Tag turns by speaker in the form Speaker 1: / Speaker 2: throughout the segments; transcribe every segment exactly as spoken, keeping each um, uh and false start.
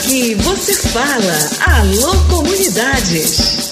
Speaker 1: Aqui você fala. Alô, comunidades.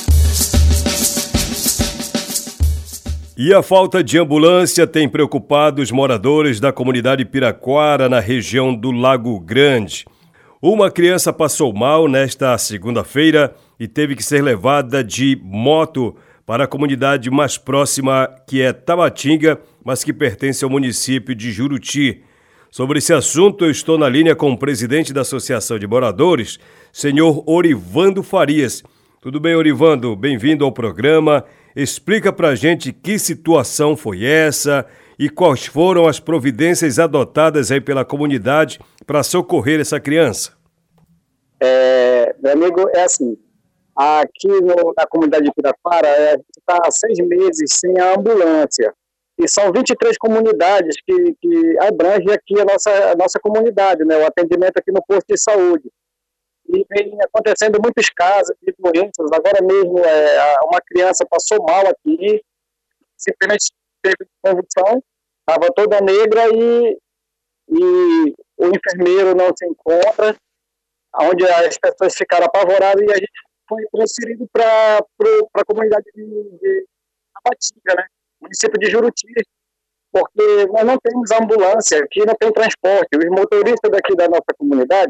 Speaker 2: E a falta de ambulância tem preocupado os moradores da comunidade Piraquara, na região do Lago Grande. Uma criança passou mal nesta segunda-feira e teve que ser levada de moto para a comunidade mais próxima, que é Tabatinga, mas que pertence ao município de Juruti. Sobre esse assunto, eu estou na linha com o presidente da Associação de Moradores, senhor Orivando Farias. Tudo bem, Orivando? Bem-vindo ao programa. Explica pra gente que situação foi essa e quais foram as providências adotadas aí pela comunidade para socorrer essa criança.
Speaker 3: É, meu amigo, é assim, aqui no, na comunidade de Piraquara, é, a gente está há seis meses sem a ambulância. E são vinte e três comunidades que, que abrangem aqui a nossa, a nossa comunidade, né, o atendimento aqui no posto de saúde. E vem acontecendo muitos casos de doenças. Agora mesmo, é, uma criança passou mal aqui, simplesmente teve convulsão, estava toda negra e, e o enfermeiro não se encontra, onde as pessoas ficaram apavoradas e a gente foi transferido para a comunidade de, de Tabatinga, né? Município de Juruti, porque nós não temos ambulância, aqui não tem transporte. Os motoristas daqui da nossa comunidade,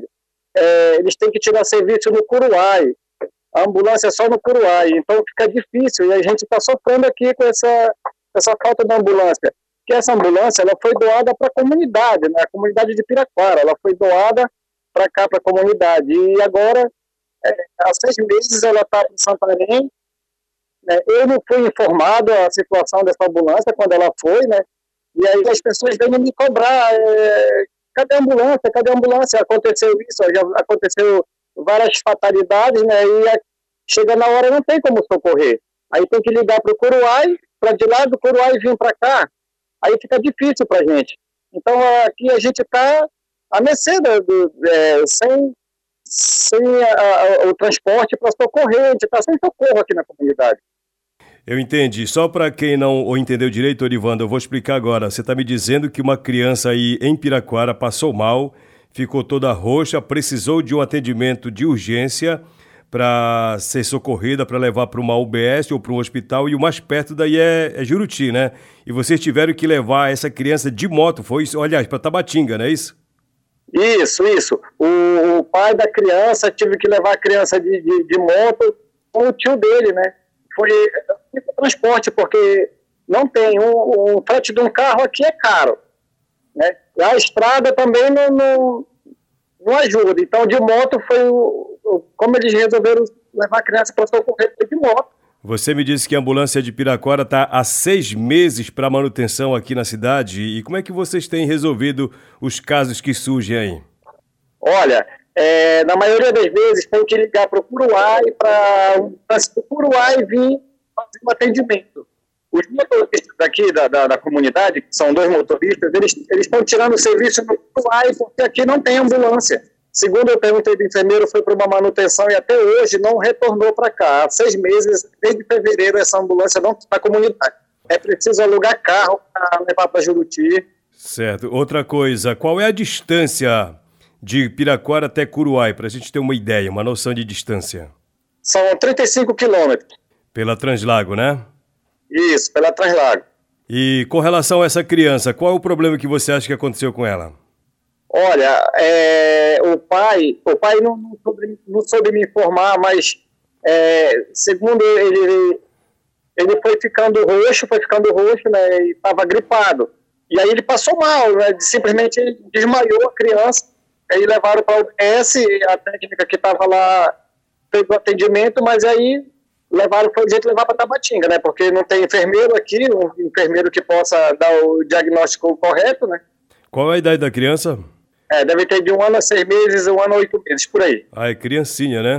Speaker 3: É, eles têm que tirar serviço no Curuai, a ambulância é só no Curuai, então fica difícil, e a gente está sofrendo aqui com essa, essa falta de ambulância, que essa ambulância ela foi doada para a comunidade, né? A comunidade de Piraquara, ela foi doada para cá, para a comunidade, e agora, é, há seis meses ela está em Santarém, né? Eu não fui informado a situação dessa ambulância quando ela foi, né? E aí as pessoas vêm me cobrar, é, cadê a ambulância? Cadê a ambulância? Aconteceu isso, já aconteceu várias fatalidades, né? E a, chega na hora não tem como socorrer. Aí tem que ligar para o Curuai, para de lá do Curuai vir para cá. Aí fica difícil para a gente. Então aqui a gente está à mercê do, do, é, sem, sem a, a, o transporte para socorrer. A gente está sem socorro aqui na comunidade.
Speaker 2: Eu entendi. Só para quem não o entendeu direito, Orivando, eu vou explicar agora. Você está me dizendo que uma criança aí em Piraquara passou mal, ficou toda roxa, precisou de um atendimento de urgência para ser socorrida, para levar para uma U B S ou para um hospital, e o mais perto daí é, é Juruti, né? E vocês tiveram que levar essa criança de moto, foi isso? Aliás, para Tabatinga, não é isso?
Speaker 3: Isso, isso. O, o pai da criança teve que levar a criança de, de, de moto com o tio dele, né? Foi transporte, porque não tem, um, um frete de um carro aqui é caro, né? A estrada também não, não, não ajuda, então de moto foi o, o, como eles resolveram levar a criança para socorrer de moto.
Speaker 2: Você me disse que a ambulância de Piraquara está há seis meses para manutenção aqui na cidade, e como é que vocês têm resolvido os casos que surgem aí?
Speaker 3: Olha, é, na maioria das vezes tem que ligar para o Curuai, para o Curuai vir fazer um atendimento. Os motoristas daqui da, da, da comunidade, que são dois motoristas, eles estão tirando o serviço no Curuai porque aqui não tem ambulância. Segundo eu perguntei do enfermeiro, foi para uma manutenção e até hoje não retornou para cá. Há seis meses, desde fevereiro, essa ambulância não está na comunidade. É preciso alugar carro para levar para Juruti.
Speaker 2: Certo. Outra coisa, qual é a distância de Piraquara até Curuai, para a gente ter uma ideia, uma noção de distância?
Speaker 3: São trinta e cinco quilômetros.
Speaker 2: Pela Translago, né?
Speaker 3: Isso, pela Translago.
Speaker 2: E com relação a essa criança, qual é o problema que você acha que aconteceu com ela?
Speaker 3: Olha, é, o pai, o pai não, não, soube, não soube me informar, mas é, segundo ele, ele foi ficando roxo, foi ficando roxo, né, e estava gripado. E aí ele passou mal, né, simplesmente desmaiou a criança. Aí levaram para o U B S, a técnica que estava lá fez o atendimento, mas aí levaram, foi o jeito de levar para Tabatinga, né? Porque não tem enfermeiro aqui, um enfermeiro que possa dar o diagnóstico correto, né?
Speaker 2: Qual é a idade da criança?
Speaker 3: É, deve ter de um ano a seis meses, um ano a oito meses, por aí.
Speaker 2: Ah, é criancinha, né?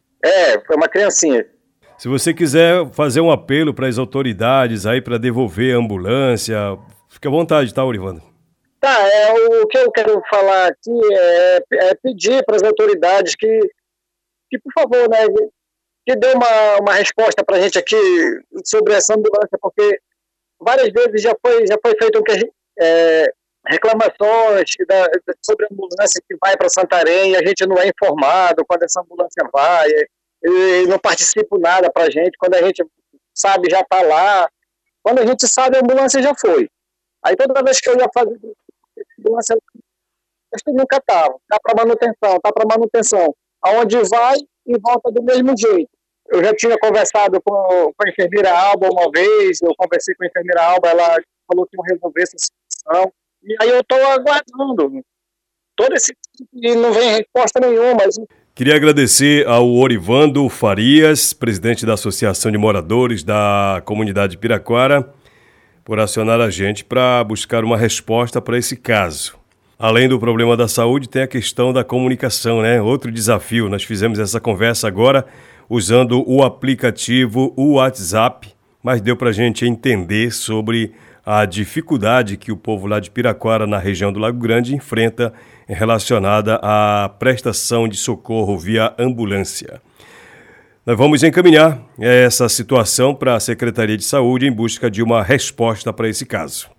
Speaker 3: É, foi uma criancinha.
Speaker 2: Se você quiser fazer um apelo para as autoridades aí para devolver a ambulância, fique à vontade, tá, Orivando?
Speaker 3: Tá, é, o que eu quero falar aqui é, é pedir para as autoridades que, que, por favor, né, que dê uma, uma resposta para a gente aqui sobre essa ambulância, porque várias vezes já foi, já foi feito o que a gente, é, reclamações da, sobre a ambulância que vai para Santarém e a gente não é informado quando essa ambulância vai, e não participa nada para a gente, quando a gente sabe já está lá, quando a gente sabe a ambulância já foi. Aí toda vez que eu ia fazer a ambulância, eu nunca estava, está para manutenção, está para manutenção, aonde vai e volta do mesmo jeito. Eu já tinha conversado com, com a enfermeira Alba uma vez, eu conversei com a enfermeira Alba, ela falou que iam resolver essa situação, e aí eu estou aguardando todo esse tempo e não vem resposta nenhuma. Mas...
Speaker 2: Queria agradecer ao Orivando Farias, presidente da Associação de Moradores da Comunidade Piraquara, por acionar a gente para buscar uma resposta para esse caso. Além do problema da saúde, tem a questão da comunicação, né? Outro desafio. Nós fizemos essa conversa agora usando o aplicativo o WhatsApp, mas deu para a gente entender sobre a dificuldade que o povo lá de Piraquara, na região do Lago Grande, enfrenta relacionada à prestação de socorro via ambulância. Nós vamos encaminhar essa situação para a Secretaria de Saúde em busca de uma resposta para esse caso.